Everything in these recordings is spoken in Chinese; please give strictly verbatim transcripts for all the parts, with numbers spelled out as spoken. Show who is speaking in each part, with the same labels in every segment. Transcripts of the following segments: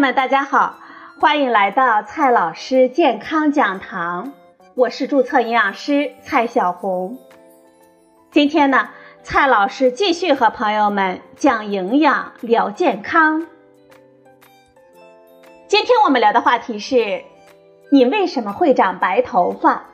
Speaker 1: 们大家好，欢迎来到蔡老师健康讲堂，我是注册营养师蔡小红。今天呢，蔡老师继续和朋友们讲营养聊健康。今天我们聊的话题是，你为什么会长白头发？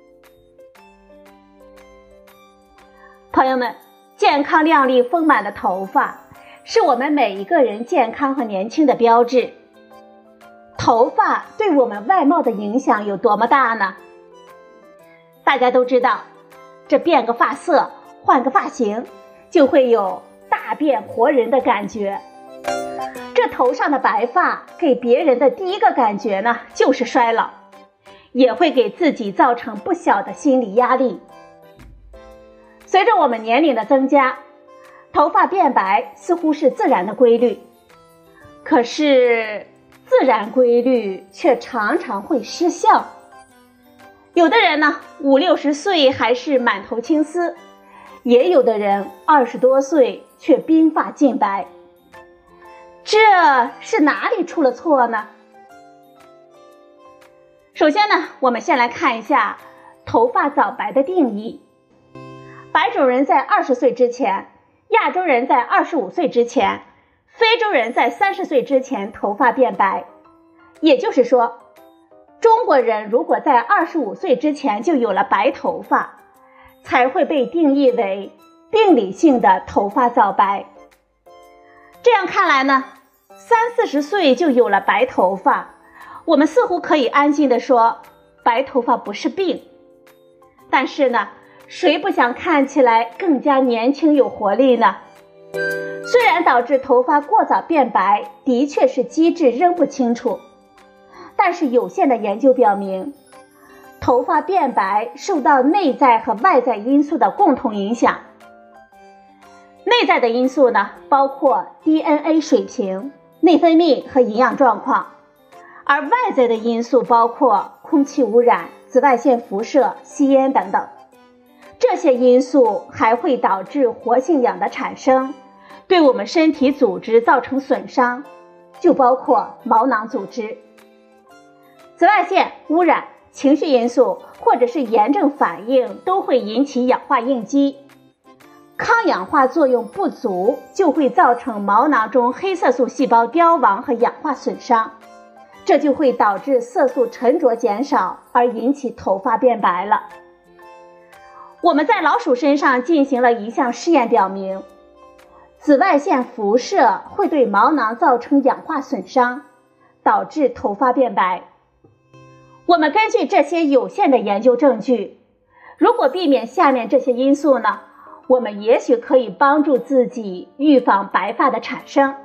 Speaker 1: 朋友们，健康亮丽丰满的头发是我们每一个人健康和年轻的标志。头发对我们外貌的影响有多么大呢？大家都知道，这变个发色，换个发型，就会有大变活人的感觉。这头上的白发给别人的第一个感觉呢，就是衰老，也会给自己造成不小的心理压力。随着我们年龄的增加，头发变白似乎是自然的规律，可是自然规律却常常会失效。有的人呢，五六十岁还是满头青丝，也有的人二十多岁却鬓发尽白。这是哪里出了错呢？首先呢，我们先来看一下头发早白的定义。白种人在二十岁之前，亚洲人在二十五岁之前，非洲人在三十岁之前头发变白。也就是说，中国人如果在二十五岁之前就有了白头发，才会被定义为病理性的头发早白。这样看来呢，三四十岁就有了白头发，我们似乎可以安心地说，白头发不是病。但是呢，谁不想看起来更加年轻有活力呢？虽然导致头发过早变白的确是机制仍不清楚，但是有限的研究表明，头发变白受到内在和外在因素的共同影响。内在的因素呢，包括 D N A 水平、内分泌和营养状况，而外在的因素包括空气污染、紫外线辐射、吸烟等等。这些因素还会导致活性氧的产生，对我们身体组织造成损伤，就包括毛囊组织。紫外线污染、情绪因素或者是炎症反应都会引起氧化应激，抗氧化作用不足就会造成毛囊中黑色素细胞凋亡和氧化损伤，这就会导致色素沉着减少，而引起头发变白了。我们在老鼠身上进行了一项试验，表明紫外线辐射会对毛囊造成氧化损伤，导致头发变白。我们根据这些有限的研究证据，如果避免下面这些因素呢，我们也许可以帮助自己预防白发的产生。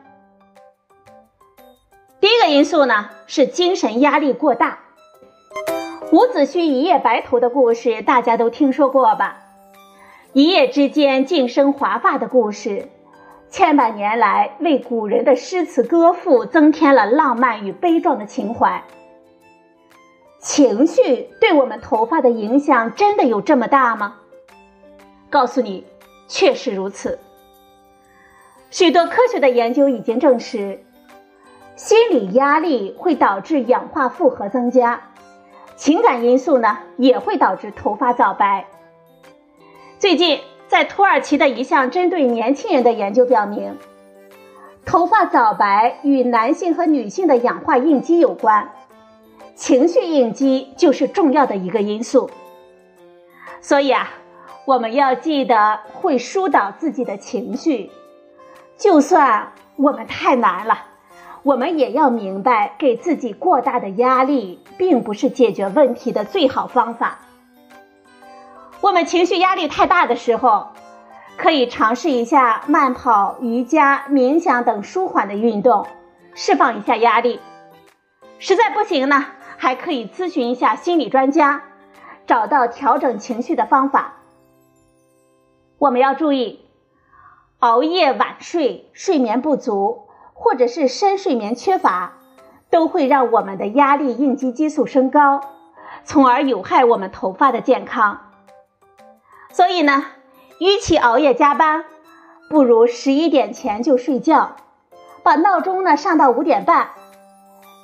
Speaker 1: 第一个因素呢，是精神压力过大。伍子胥一夜白头的故事大家都听说过吧？一夜之间晋升华发的故事，千百年来为古人的诗词歌赋增添了浪漫与悲壮的情怀。情绪对我们头发的影响真的有这么大吗？告诉你，确实如此。许多科学的研究已经证实，心理压力会导致氧化负荷增加，情感因素呢，也会导致头发早白。最近在土耳其的一项针对年轻人的研究表明，头发早白与男性和女性的氧化应激有关，情绪应激就是重要的一个因素。所以啊，我们要记得会疏导自己的情绪，就算我们太难了，我们也要明白，给自己过大的压力并不是解决问题的最好方法。我们情绪压力太大的时候，可以尝试一下慢跑、瑜伽、冥想等舒缓的运动，释放一下压力。实在不行呢，还可以咨询一下心理专家，找到调整情绪的方法。我们要注意，熬夜晚睡、睡眠不足，或者是深睡眠缺乏，都会让我们的压力应激激素升高，从而有害我们头发的健康。所以呢，与其熬夜加班，不如十一点前就睡觉，把闹钟呢上到五点半，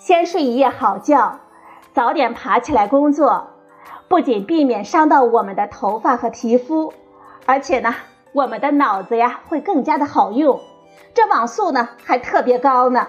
Speaker 1: 先睡一夜好觉，早点爬起来工作，不仅避免伤到我们的头发和皮肤，而且呢，我们的脑子呀会更加的好用，这网速呢还特别高呢。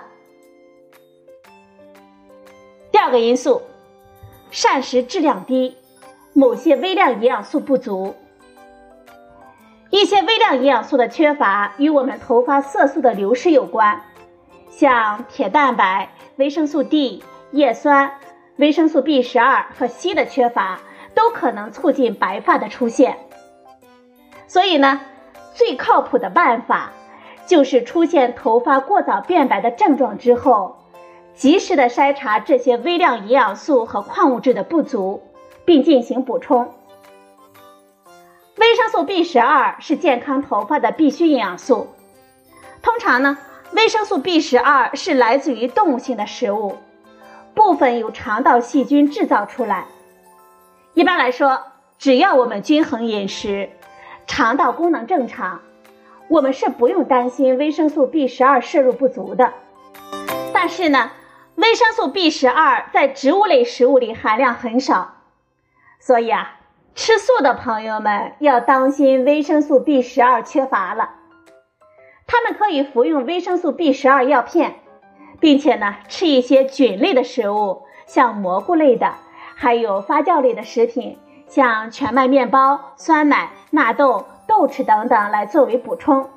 Speaker 1: 第二个因素，膳食质量低，某些微量营养素不足。一些微量营养素的缺乏与我们头发色素的流失有关，像铁蛋白、维生素 D、叶酸、维生素 B 十二 和硒的缺乏都可能促进白发的出现。所以呢，最靠谱的办法就是出现头发过早变白的症状之后，及时的筛查这些微量营养素和矿物质的不足，并进行补充。维生素 B 十二 是健康头发的必需营养素。通常呢，维生素 B 十二 是来自于动物性的食物，部分由肠道细菌制造出来。一般来说，只要我们均衡饮食，肠道功能正常，我们是不用担心维生素 B 十二 摄入不足的。但是呢，维生素 B 十二 在植物类食物里含量很少，所以啊，吃素的朋友们要当心维生素 B 十二 缺乏了。他们可以服用维生素 B 十二 药片，并且呢，吃一些菌类的食物，像蘑菇类的，还有发酵类的食品，像全麦面包、酸奶、纳豆、豆豉等等来作为补充。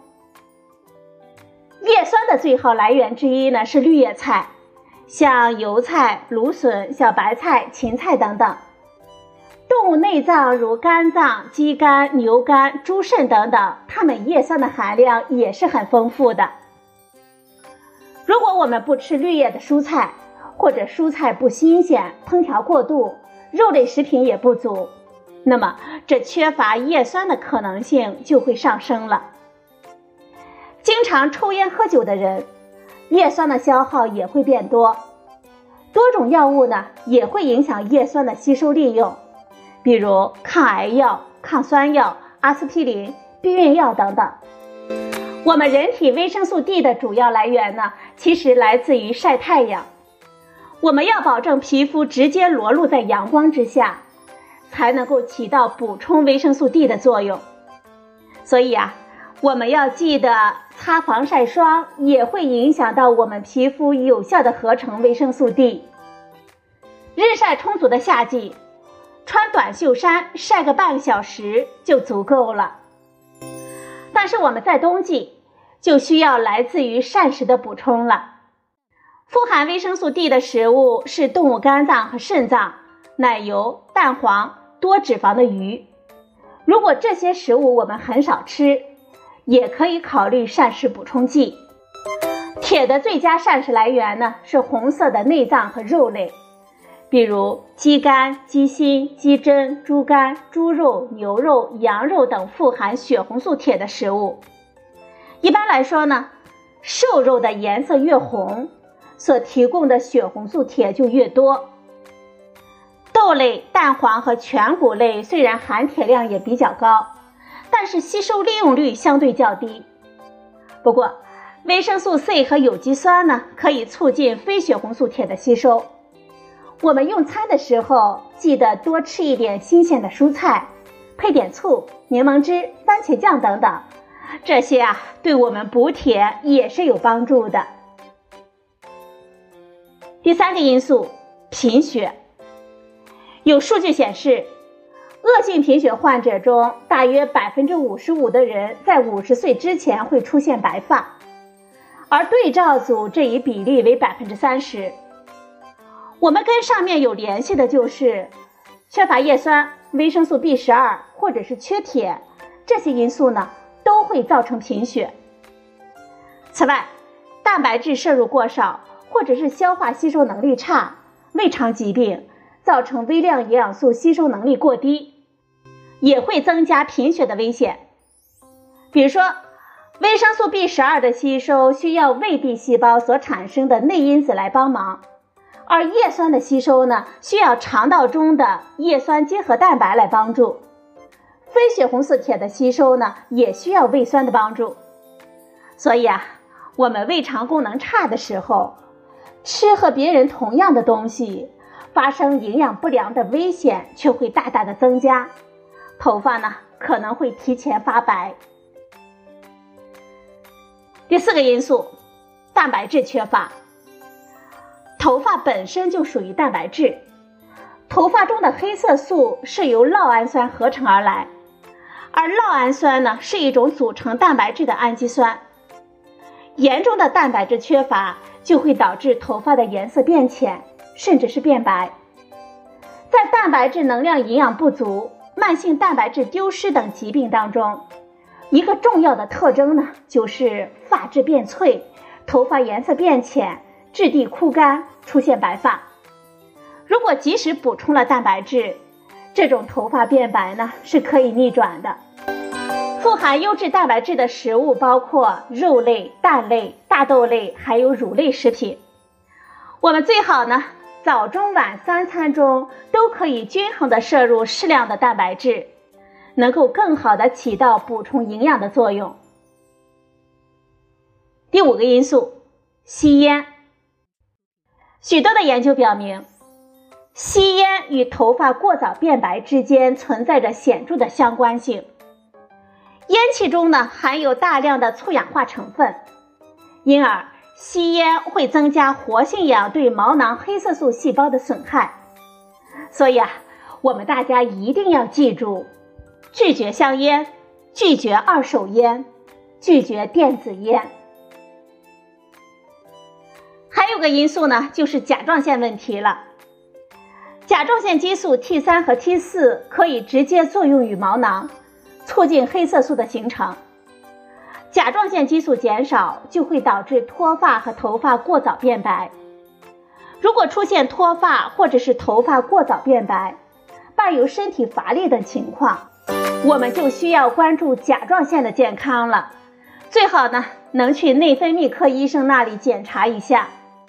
Speaker 1: 叶酸的最好来源之一呢是绿叶菜，像油菜、芦笋、小白菜、芹菜等等。动物内脏如肝脏、鸡肝、牛肝、猪肾等等，它们叶酸的含量也是很丰富的。如果我们不吃绿叶的蔬菜，或者蔬菜不新鲜、烹调过度，肉类食品也不足，那么这缺乏叶酸的可能性就会上升了。经常抽烟喝酒的人，叶酸的消耗也会变多。多种药物呢也会影响叶酸的吸收利用，比如抗癌药、抗酸药、阿司匹林、避孕药等等。我们人体维生素 D 的主要来源呢，其实来自于晒太阳。我们要保证皮肤直接裸露在阳光之下，才能够起到补充维生素 D 的作用。所以啊，我们要记得擦防晒霜也会影响到我们皮肤有效的合成维生素 D。日晒充足的夏季，穿短袖衫晒个半个小时就足够了。但是我们在冬季就需要来自于膳食的补充了。富含维生素 D 的食物是动物肝脏和肾脏、奶油、蛋黄、多脂肪的鱼。如果这些食物我们很少吃，也可以考虑膳食补充剂。铁的最佳膳食来源呢是红色的内脏和肉类，比如鸡肝、鸡心、鸡胗、猪肝、猪肉、牛肉、羊肉等富含血红素铁的食物。一般来说呢，瘦肉的颜色越红，所提供的血红素铁就越多。豆类、蛋黄和全谷类虽然含铁量也比较高，但是吸收利用率相对较低。不过维生素 C 和有机酸呢，可以促进非血红素铁的吸收。我们用餐的时候记得多吃一点新鲜的蔬菜，配点醋、柠檬汁、番茄酱等等，这些啊对我们补铁也是有帮助的。第三个因素，贫血。有数据显示，恶性贫血患者中大约 百分之五十五 的人在五十岁之前会出现白发，而对照组这一比例为 百分之三十。我们跟上面有联系的就是缺乏叶酸、维生素 B 十二 或者是缺铁，这些因素呢都会造成贫血。此外，蛋白质摄入过少，或者是消化吸收能力差、胃肠疾病造成微量营养素吸收能力过低，也会增加贫血的危险。比如说，维生素 B 十二 的吸收需要胃壁细胞所产生的内因子来帮忙，而叶酸的吸收呢，需要肠道中的叶酸结合蛋白来帮助。非血红素铁的吸收呢，也需要胃酸的帮助。所以啊，我们胃肠功能差的时候， 吃和别人同样的东西，发生营养不良的危险却会大大的增加，头发呢可能会提前发白。第四个因素，蛋白质缺乏。头发本身就属于蛋白质，头发中的黑色素是由酪氨酸合成而来，而酪氨酸呢是一种组成蛋白质的氨基酸。严重的蛋白质缺乏就会导致头发的颜色变浅，甚至是变白。在蛋白质能量营养不足、慢性蛋白质丢失等疾病当中，一个重要的特征呢，就是发质变脆，头发颜色变浅，质地枯干，出现白发。如果及时补充了蛋白质，这种头发变白呢是可以逆转的。富含优质蛋白质的食物包括肉类、蛋类、大豆类，还有乳类食品。我们最好呢，早中晚三餐中都可以均衡的摄入适量的蛋白质，能够更好的起到补充营养的作用。第五个因素，吸烟。许多的研究表明，吸烟与头发过早变白之间存在着显著的相关性。烟气中呢含有大量的醋氧化成分，因而吸烟会增加活性氧对毛囊黑色素细胞的损害。所以啊，我们大家一定要记住，拒绝香烟，拒绝二手烟，拒绝电子烟。还有个因素呢，就是甲状腺问题了。甲状腺激素 T 三 和 T 四 可以直接作用于毛囊，促进黑色素的形成。甲状腺激素减少就会导致脱发和头发过早变白。如果出现脱发或者是头发过早变白，伴有身体乏力等情况，我们就需要关注甲状腺的健康了。最好呢，能去内分泌科医生那里检查一下。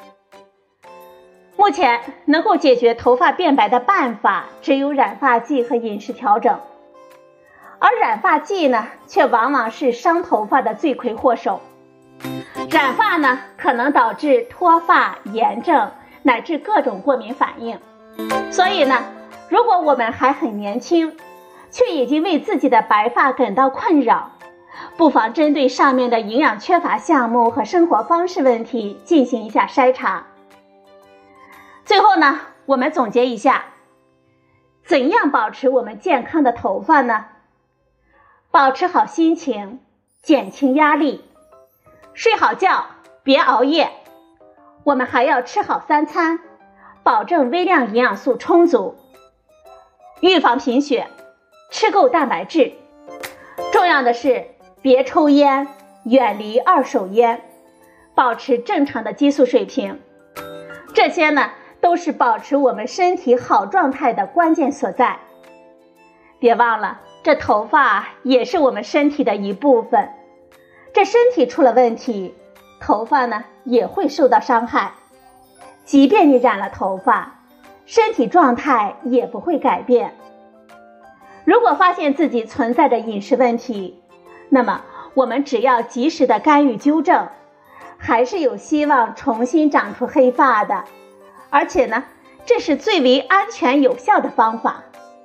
Speaker 1: 目前能够解决头发变白的办法只有染发剂和饮食调整，而染发剂呢，却往往是伤头发的罪魁祸首。染发呢，可能导致脱发、炎症乃至各种过敏反应。所以呢，如果我们还很年轻，却已经为自己的白发感到困扰，不妨针对上面的营养缺乏项目和生活方式问题进行一下筛查。最后呢，我们总结一下，怎样保持我们健康的头发呢？保持好心情，减轻压力，睡好觉，别熬夜。我们还要吃好三餐，保证微量营养素充足，预防贫血，吃够蛋白质。重要的是，别抽烟，远离二手烟，保持正常的激素水平。这些呢，都是保持我们身体好状态的关键所在。别忘了，这头发也是我们身体的一部分，这身体出了问题，头发呢也会受到伤害。即便你染了头发，身体状态也不会改变。如果发现自己存在着饮食问题，那么我们只要及时的干预纠正，还是有希望重新长出黑发的。而且呢，这是最为安全有效的方法。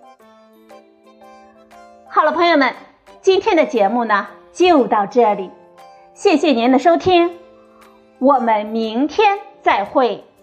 Speaker 1: 好了，朋友们，今天的节目呢就到这里，谢谢您的收听，我们明天再会。